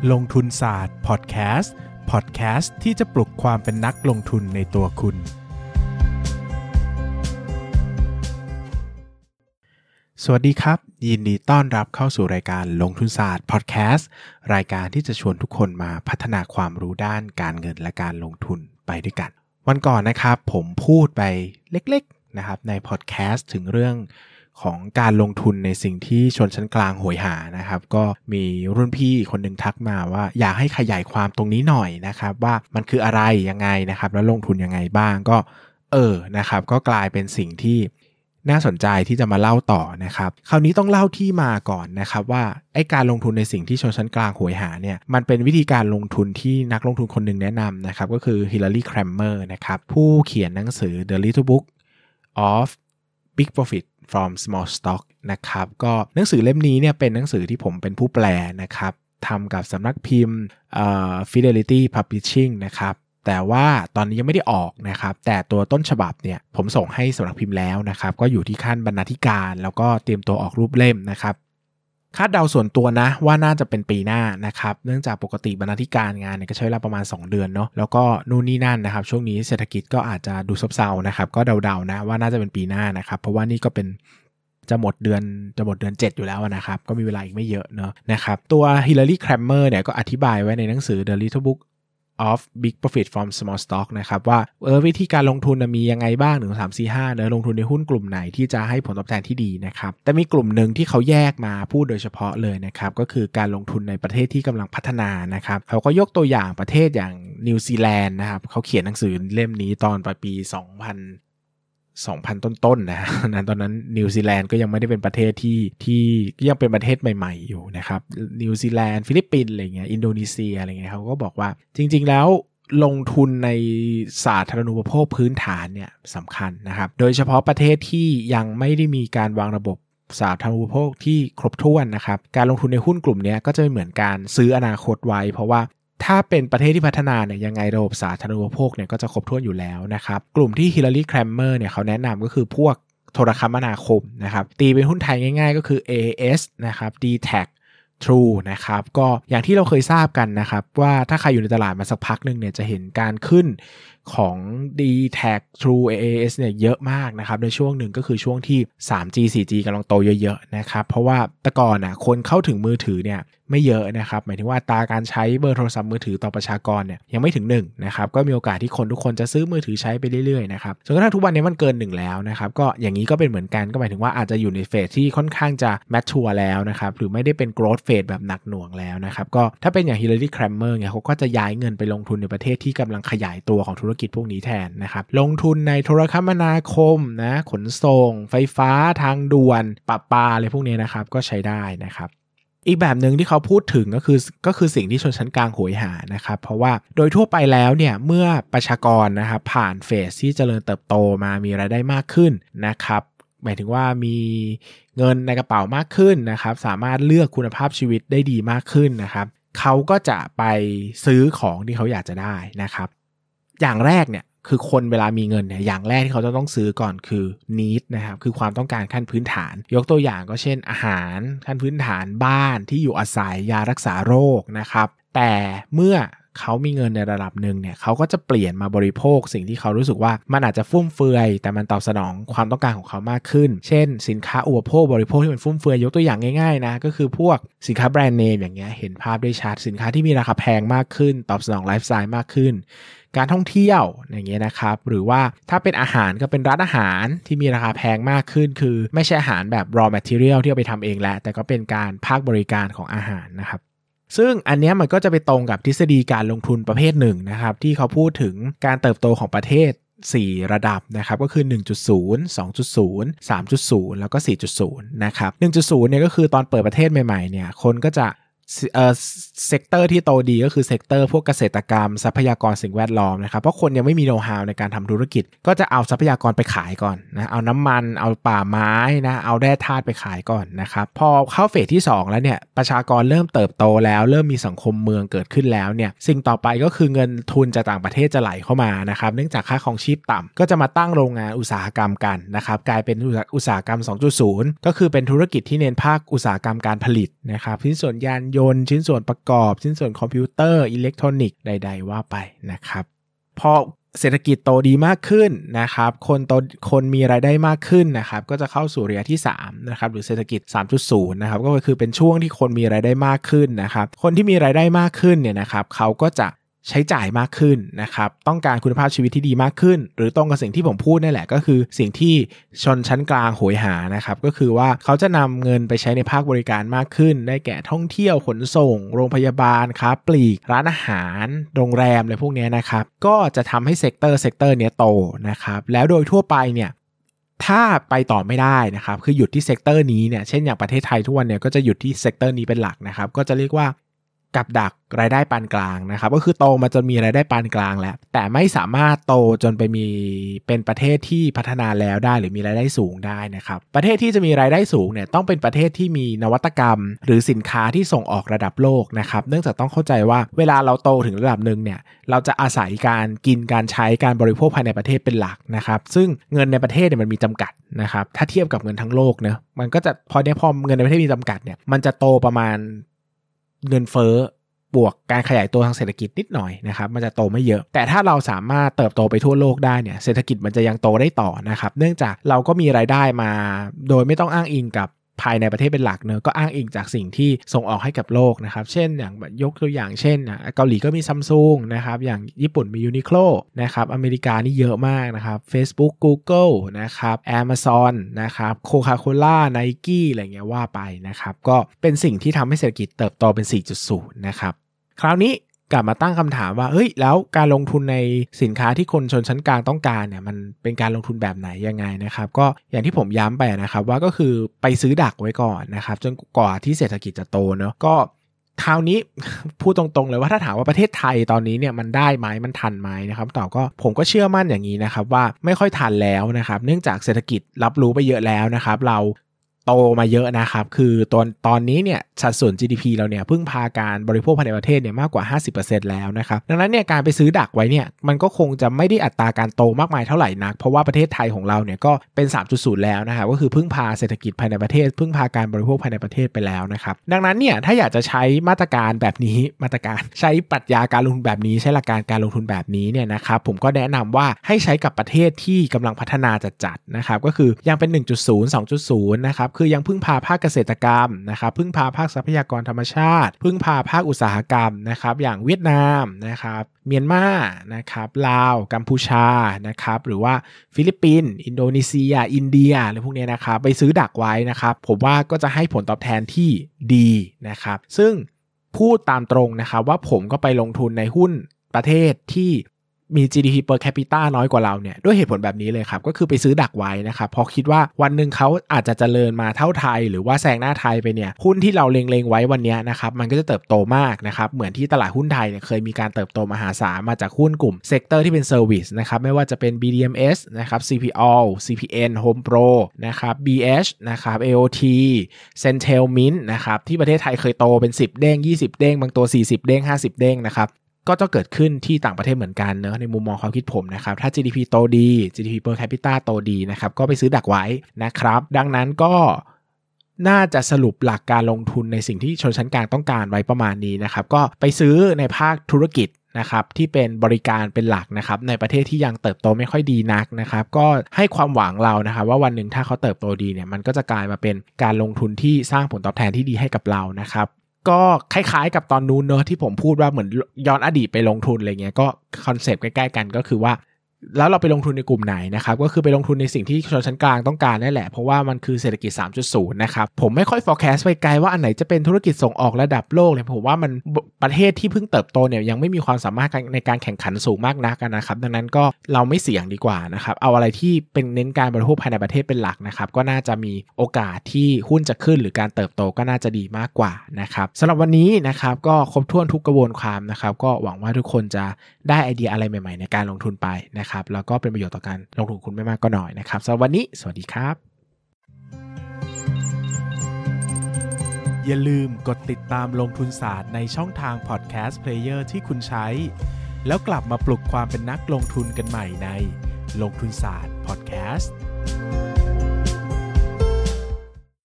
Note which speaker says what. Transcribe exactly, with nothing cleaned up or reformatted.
Speaker 1: ลงทุนศาสตร์พอดแคสต์พอดแคสต์ที่จะปลุกความเป็นนักลงทุนในตัวคุณสวัสดีครับยินดีต้อนรับเข้าสู่รายการลงทุนศาสตร์พอดแคสต์รายการที่จะชวนทุกคนมาพัฒนาความรู้ด้านการเงินและการลงทุนไปด้วยกันวันก่อนนะครับผมพูดไปเล็กๆนะครับในพอดแคสต์ถึงเรื่องของการลงทุนในสิ่งที่ชนชั้นกลางโหยหานะครับก็มีรุ่นพี่คนหนึ่งทักมาว่าอยากให้ขยายความตรงนี้หน่อยนะครับว่ามันคืออะไรยังไงนะครับแล้วลงทุนยังไงบ้างก็เออนะครับก็กลายเป็นสิ่งที่น่าสนใจที่จะมาเล่าต่อนะครับคราวนี้ต้องเล่าที่มาก่อนนะครับว่าไอ้การลงทุนในสิ่งที่ชนชั้นกลางโหยหาเนี่ยมันเป็นวิธีการลงทุนที่นักลงทุนคนหนึ่งแนะนำนะครับก็คือฮิลลารีแครมเมอร์นะครับผู้เขียนหนังสือ The Little Book of Big Profit from Small Stock นะครับก็หนังสือเล่มนี้เนี่ยเป็นหนังสือที่ผมเป็นผู้แปลนะครับทำกับสำนักพิมพ์เอ่อ Fidelity Publishing นะครับแต่ว่าตอนนี้ยังไม่ได้ออกนะครับแต่ตัวต้นฉบับเนี่ยผมส่งให้สำนักพิมพ์แล้วนะครับก็อยู่ที่ขั้นบรรณาธิการแล้วก็เตรียมตัวออกรูปเล่มนะครับคาดเดาส่วนตัวนะว่าน่าจะเป็นปีหน้านะครับเนื่องจากปกติบรรณาธิการงานเนี่ยก็ใช้เวลาประมาณสองเดือนเนาะแล้วก็นู่นนี่นั่นนะครับช่วงนี้เศรษฐกิจก็อาจจะดูซบเซานะครับก็เดาๆนะว่าน่าจะเป็นปีหน้านะครับเพราะว่านี่ก็เป็นจะหมดเดือนจะหมดเดือนเจ็ดอยู่แล้วนะครับก็มีเวลาอีกไม่เยอะเนาะนะครับตัวฮิลลารีแครมเมอร์เนี่ยก็อธิบายไว้ในหนังสือ The Little Book of Big Profit from Small Stock นะครับว่าเออวิธีการลงทุนมียังไงบ้างหนึ่ง สอง สาม สี่ ห้าเนอะลงทุนในหุ้นกลุ่มไหนที่จะให้ผลตอบแทนที่ดีนะครับแต่มีกลุ่มหนึ่งที่เขาแยกมาพูดโดยเฉพาะเลยนะครับก็คือการลงทุนในประเทศที่กำลังพัฒนานะครับเขาก็ยกตัวอย่างประเทศอย่างนิวซีแลนด์นะครับเขาเขียนหนังสือเล่มนี้ตอนปลายปีสองพันสองพันต้นๆ นะ นะตอนนั้นนิวซีแลนด์ก็ยังไม่ได้เป็นประเทศที่ที่ยังเป็นประเทศใหม่ๆอยู่นะครับนิวซีแลนด์ฟิลิปปินส์อะไรเงี้ยอินโดนีเซียอะไรเงี้ยเขาก็บอกว่าจริงๆแล้วลงทุนในสาธารณูปโภคพื้นฐานเนี่ยสำคัญนะครับโดยเฉพาะประเทศที่ยังไม่ได้มีการวางระบบสาธารณูปโภคที่ครบถ้วนนะครับการลงทุนในหุ้นกลุ่มนี้ก็จะเหมือนการซื้ออนาคตไว้เพราะว่าถ้าเป็นประเทศที่พัฒนาเนี่ยยังไงระบบสาธารณูปโภคเนี่ยก็จะครบถ้วนอยู่แล้วนะครับกลุ่มที่ฮิลลารีแครมเมอร์เนี่ยเขาแนะนำก็คือพวกโทรคมนาคมนะครับตีเป็นหุ้นไทยง่ายๆก็คือ เอ เอ เอส นะครับ ดี แท็ก True นะครับก็อย่างที่เราเคยทราบกันนะครับว่าถ้าใครอยู่ในตลาดมาสักพักนึงเนี่ยจะเห็นการขึ้นของ ดี แท็ก True เอ เอ เอส เนี่ยเยอะมากนะครับในช่วงหนึ่งก็คือช่วงที่ ทรีจี โฟร์จี กำลังโตเยอะๆนะครับเพราะว่าแต่ก่อนน่ะคนเข้าถึงมือถือเนี่ยไม่เยอะนะครับหมายถึงว่าอัตราการใช้เบอร์โทรศัพท์มือถือต่อประชากรเนี่ยยังไม่ถึงหนึ่งนะครับก็มีโอกาสที่คนทุกคนจะซื้อมือถือใช้ไปเรื่อยๆนะครับจนกระทั่งทุกวันนี้มันเกินหนึ่งแล้วนะครับก็อย่างนี้ก็เป็นเหมือนกันก็หมายถึงว่าอาจจะอยู่ในเฟสที่ค่อนข้างจะแมชชัวร์แล้วนะครับหรือไม่ได้เป็น growth phase แบบหนักหน่วงแล้วนะครับก็ถ้าเป็นอย่างฮิลลารีแครมเมอร์เนี่ยเขาก็จะย้ายเงินไปลงทุนในประเทศที่กำลังขยายตัวของธุรกิจพวกนี้แทนนะครับลงทุนในโทรคมนาคมนะขนส่งไฟฟ้าทางด่วนประปาอะไรพวกนี้นะครับก็ใช้ได้นะครับอีกแบบหนึ่งที่เขาพูดถึงก็คือก็คือสิ่งที่ชนชั้นกลางโหยหานะครับเพราะว่าโดยทั่วไปแล้วเนี่ยเมื่อประชากรนะครับผ่านเฟสที่เจริญเติบโตมามีรายได้มากขึ้นนะครับหมายถึงว่ามีเงินในกระเป๋ามากขึ้นนะครับสามารถเลือกคุณภาพชีวิตได้ดีมากขึ้นนะครับเขาก็จะไปซื้อของที่เขาอยากจะได้นะครับอย่างแรกเนี่ยคือคนเวลามีเงินเนี่ยอย่างแรกที่เขาจะต้องซื้อก่อนคือ need นะครับคือความต้องการขั้นพื้นฐานยกตัวอย่างก็เช่นอาหารขั้นพื้นฐานบ้านที่อยู่อาศัยยารักษาโรคนะครับแต่เมื่อเขามีเงินในระดับหนึ่งเนี่ยเขาก็จะเปลี่ยนมาบริโภคสิ่งที่เขารู้สึกว่ามันอาจจะฟุ่มเฟือยแต่มันตอบสนองความต้องการของเขามากขึ้นเช่นสินค้าอุปโภคบริโภคที่มันฟุ่มเฟือยยกตัวอย่างง่ายๆนะก็คือพวกสินค้าแบรนด์เนมอย่างเงี้ยเห็นภาพได้ชัดสินค้าที่มีราคาแพงมากขึ้นตอบสนองไลฟ์สไตล์มากขึ้นการท่องเที่ยวอย่างเงี้ยนะครับหรือว่าถ้าเป็นอาหารก็เป็นร้านอาหารที่มีราคาแพงมากขึ้นคือไม่ใช่อาหารแบบ raw material ที่เอาไปทำเองแล้วแต่ก็เป็นการภาคบริการของอาหารนะครับซึ่งอันนี้มันก็จะไปตรงกับทฤษฎีการลงทุนประเภทหนึ่งนะครับที่เขาพูดถึงการเติบโตของประเทศสี่ระดับนะครับก็คือ หนึ่งจุดศูนย์ สองจุดศูนย์ สามจุดศูนย์ แล้วก็ สี่จุดศูนย์ นะครับ หนึ่งจุดศูนย์ เนี่ยก็คือตอนเปิดประเทศใหม่ๆเนี่ยคนก็จะเอ่อเซกเตอร์ที่โตดีก็คือเซกเตอร์พวกเกษตรกรรมทรัพยากรสิ่งแวดล้อมนะครับเพราะคนยังไม่มีโน้ตฮาวในการทำธุรกิจก็จะเอาทรัพยากรไปขายก่อนนะเอาน้ำมันเอาป่าไม้นะเอาแร่ธาตุไปขายก่อนนะครับพอเข้าเฟสที่สองแล้วเนี่ยประชากรเริ่มเติบโตแล้วเริ่มมีสังคมเมืองเกิดขึ้นแล้วเนี่ยสิ่งต่อไปก็คือเงินทุนจากต่างประเทศจะไหลเข้ามานะครับเนื่องจากค่าครองชีพต่ำก็จะมาตั้งโรงงานอุตสาหกรรมกันนะครับกลายเป็นอุตสาหกรรม สองจุดศูนย์ ก็คือเป็นธุรกิจที่เน้นภาคอุตสาหกรรมการผลิตนะครับชิ้นส่วนยานยนต์ชิ้นส่วนประกอบชิ้นส่วนคอมพิวเตอร์อิเล็กทรอนิกส์ใดๆว่าไปนะครับพอเศรษฐกิจโตดีมากขึ้นนะครับคนโตคนมีรายได้มากขึ้นนะครับก็จะเข้าสู่ระยะที่สามนะครับหรือเศรษฐกิจ สามจุดศูนย์ นะครับก็คือเป็นช่วงที่คนมีรายได้มากขึ้นนะครับคนที่มีรายได้มากขึ้นเนี่ยนะครับเขาก็จะใช้จ่ายมากขึ้นนะครับต้องการคุณภาพชีวิตที่ดีมากขึ้นหรือตรงกับสิ่งที่ผมพูดนั่นแหละก็คือสิ่งที่ชนชั้นกลางโหยหานะครับก็คือว่าเขาจะนำเงินไปใช้ในภาคบริการมากขึ้นได้แก่ท่องเที่ยวขนส่งโรงพยาบาลค้าปลีกร้านอาหารโรงแรมอะไรพวกนี้นะครับก็จะทำให้เซกเตอร์เซกเตอร์เนี้ยโตนะครับแล้วโดยทั่วไปเนี่ยถ้าไปต่อไม่ได้นะครับคือหยุดที่เซกเตอร์นี้เนี่ยเช่นอย่างประเทศไทยทุกวันเนี่ยก็จะหยุดที่เซกเตอร์นี้เป็นหลักนะครับก็จะเรียกว่ากับดักรายได้ปานกลางนะครับก็คือโตมาจนมีรายได้ปานกลางแล้วแต่ไม่สามารถโตจนไปมีเป็นประเทศที่พัฒนาแล้วได้หรือมีรายได้สูงได้นะครับประเทศที่จะมีรายได้สูงเนี่ยต้องเป็นประเทศที่มีนวัตกรรมหรือสินค้าที่ส่งออกระดับโลกนะครับเนื่องจากต้องเข้าใจว่าเวลาเราโตถึงระดับนึงเนี่ยเราจะอาศัยการกินการใช้การบริโภคภายในประเทศเป็นหลักนะครับซึ่งเงินในประเทศเนี่ยมันมีจำกัดนะครับถ้าเทียบกับเงินทั้งโลกเนะมันก็จะพอได้พอเงินในประเทศมีจำกัดเนี่ยมันจะโตประมาณเงินเฟ้อบวกการขยายตัวทางเศรษฐกิจนิดหน่อยนะครับมันจะโตไม่เยอะแต่ถ้าเราสามารถเติบโตไปทั่วโลกได้เนี่ยเศรษฐกิจมันจะยังโตได้ต่อนะครับเนื่องจากเราก็มีรายได้มาโดยไม่ต้องอ้างอิงกับภายในประเทศเป็นหลักเนอะก็อ้างอิงจากสิ่งที่ส่งออกให้กับโลกนะครับเช่นอย่างยกตัวอย่างเช่นเกาหลีก็มี Samsung นะครับอย่างญี่ปุ่นมี Uniqlo นะครับอเมริกานี่เยอะมากนะครับ Facebook Google นะครับ Amazon นะครับ Coca-Cola Nike อะไรเงี้ยว่าไปนะครับก็เป็นสิ่งที่ทำให้เศรษฐกิจเติบโตเป็น สี่จุดศูนย์ นะครับคราวนี้กลับมาตั้งคำถามว่าเฮ้ยแล้วการลงทุนในสินค้าที่คนชนชั้นกลางต้องการเนี่ยมันเป็นการลงทุนแบบไหนยังไงนะครับก็อย่างที่ผมย้ำไปนะครับว่าก็คือไปซื้อดักไว้ก่อนนะครับจนกว่าที่เศรษฐกิจจะโตเนาะก็คราวนี้ พูดตรงๆเลยว่าถ้าถามว่าประเทศไทยตอนนี้เนี่ยมันได้ไหมมันทันไหมนะครับต่อก็ผมก็เชื่อมั่นอย่างนี้นะครับว่าไม่ค่อยทันแล้วนะครับเนื่องจากเศรษฐกิจรับรู้ไปเยอะแล้วนะครับเราโตมาเยอะนะครับคือตอนตอนนี้เนี่ยสัดส่วน จี ดี พี เราเนี่ยพึ่งพาการบริโภคภายในประเทศเนี่ยมากกว่า ห้าสิบเปอร์เซ็นต์ แล้วนะครับดังนั้นเนี่ยการไปซื้อดักไว้เนี่ยมันก็คงจะไม่ได้อัตราการโตมากมายเท่าไหร่นักเพราะว่าประเทศไทยของเราเนี่ยก็เป็น สามจุดศูนย์ แล้วนะครับก็คือพึ่งพาเศรษฐกิจภายในประเทศพึ่งพาการบริโภคภายในประเทศไปแล้วนะครับดังนั้นเนี่ยถ้าอยากจะใช้มาตรการแบบนี้มาตรการใช้ปรัชญาการลงทุนแบบนี้ใช้หลักการการลงทุนแบบนี้เนี่ยนะครับผมก็แนะนำว่าให้ใช้กับประเทศที่กำลังพัฒนาจัดๆนะครับก็คือยังเป็น หนึ่งจุดศูนย์ สองจุดศูนย์ นะครับคือยังพึ่งพาภาคเกษตรกรรมนะครับพึ่งพาภาคทรัพยากรธรรมชาติพึ่งพาภาคอุตสาหกรรมนะครับอย่างเวียดนามนะครับเมียนมานะครับลาวกัมพูชานะครับหรือว่าฟิลิปปินส์อินโดนีเซียอินเดียอะไรพวกนี้นะครับไปซื้อดักไว้นะครับผมว่าก็จะให้ผลตอบแทนที่ดีนะครับซึ่งพูดตามตรงนะครับว่าผมก็ไปลงทุนในหุ้นประเทศที่มี จี ดี พี per capita น้อยกว่าเราเนี่ยด้วยเหตุผลแบบนี้เลยครับก็คือไปซื้อดักไว้นะครับเพราะคิดว่าวันหนึ่งเขาอาจจะเจริญมาเท่าไทยหรือว่าแซงหน้าไทยไปเนี่ยหุ้นที่เราเล็งๆไว้วันนี้นะครับมันก็จะเติบโตมากนะครับเหมือนที่ตลาดหุ้นไทยเนี่ยเคยมีการเติบโตมหาศาลมาจากหุ้นกลุ่มเซกเตอร์ที่เป็นเซอร์วิสนะครับไม่ว่าจะเป็น บี ดี เอ็ม เอส นะครับ ซี พี โอ ซี พี เอ็น Home Pro นะครับ บี เอช นะครับ เอ โอ ที Centel Mint นะครับที่ประเทศไทยเคยโตเป็นสิบเด้งยี่สิบเด้งบางตัวสี่สิบเด้งห้าสิบเด้งนะครับก็จะเกิดขึ้นที่ต่างประเทศเหมือนกันเนอะในมุมมองความคิดผมนะครับถ้า จี ดี พี โตดี จี ดี พี per capita โตดีนะครับก็ไปซื้อดักไว้นะครับดังนั้นก็น่าจะสรุปหลักการลงทุนในสิ่งที่ชนชั้นกลางต้องการไว้ประมาณนี้นะครับก็ไปซื้อในภาคธุรกิจนะครับที่เป็นบริการเป็นหลักนะครับในประเทศที่ยังเติบโตไม่ค่อยดีนักนะครับก็ให้ความหวังเรานะครับว่าวันหนึ่งถ้าเขาเติบโตดีเนี่ยมันก็จะกลายมาเป็นการลงทุนที่สร้างผลตอบแทนที่ดีให้กับเรานะครับก็คล้ายๆกับตอนนู้นเนอะที่ผมพูดว่าเหมือนย้อนอดีตไปลงทุนอะไรเงี้ยก็คอนเซปต์ใกล้ๆกันก็คือว่าแล้วเราไปลงทุนในกลุ่มไหนนะครับก็คือไปลงทุนในสิ่งที่ชนชั้นกลางต้องการนั่นแหละเพราะว่ามันคือเศรษฐกิจ สามจุดศูนย์ นะครับผมไม่ค่อย forecast ไปไกลว่าอันไหนจะเป็นธุรกิจส่งออกระดับโลกเลยผมว่ามันประเทศที่เพิ่งเติบโตเนี่ยยังไม่มีความสามารถในการแข่งขันสูงมากนักนะครับดังนั้นก็เราไม่เสี่ยงดีกว่านะครับเอาอะไรที่เป็นเน้นการบริโภคภายในประเทศเป็นหลักนะครับก็น่าจะมีโอกาสที่หุ้นจะขึ้นหรือการเติบโตก็น่าจะดีมากกว่านะครับสำหรับวันนี้นะครับก็ครบถ้วนทุกกระบวนความนะครับก็หวังว่าทุกคนจะได้ไอเดียอะไรใหม่ๆในการลงทุนไปนะครับแล้วก็เป็นประโยชน์ต่อการลงทุนคุณไม่มากก็น้อยนะครับสำหรับวันนี้สวัสดีครับอย่าลืมกดติดตามลงทุนศาสตร์ในช่องทางพอดแคสต์เพลเยอร์ที่คุณใช้แล้วกลับมาปลุกความเป็นนักลงทุนกันใหม่ในลงทุนศาสตร์พอดแคสต์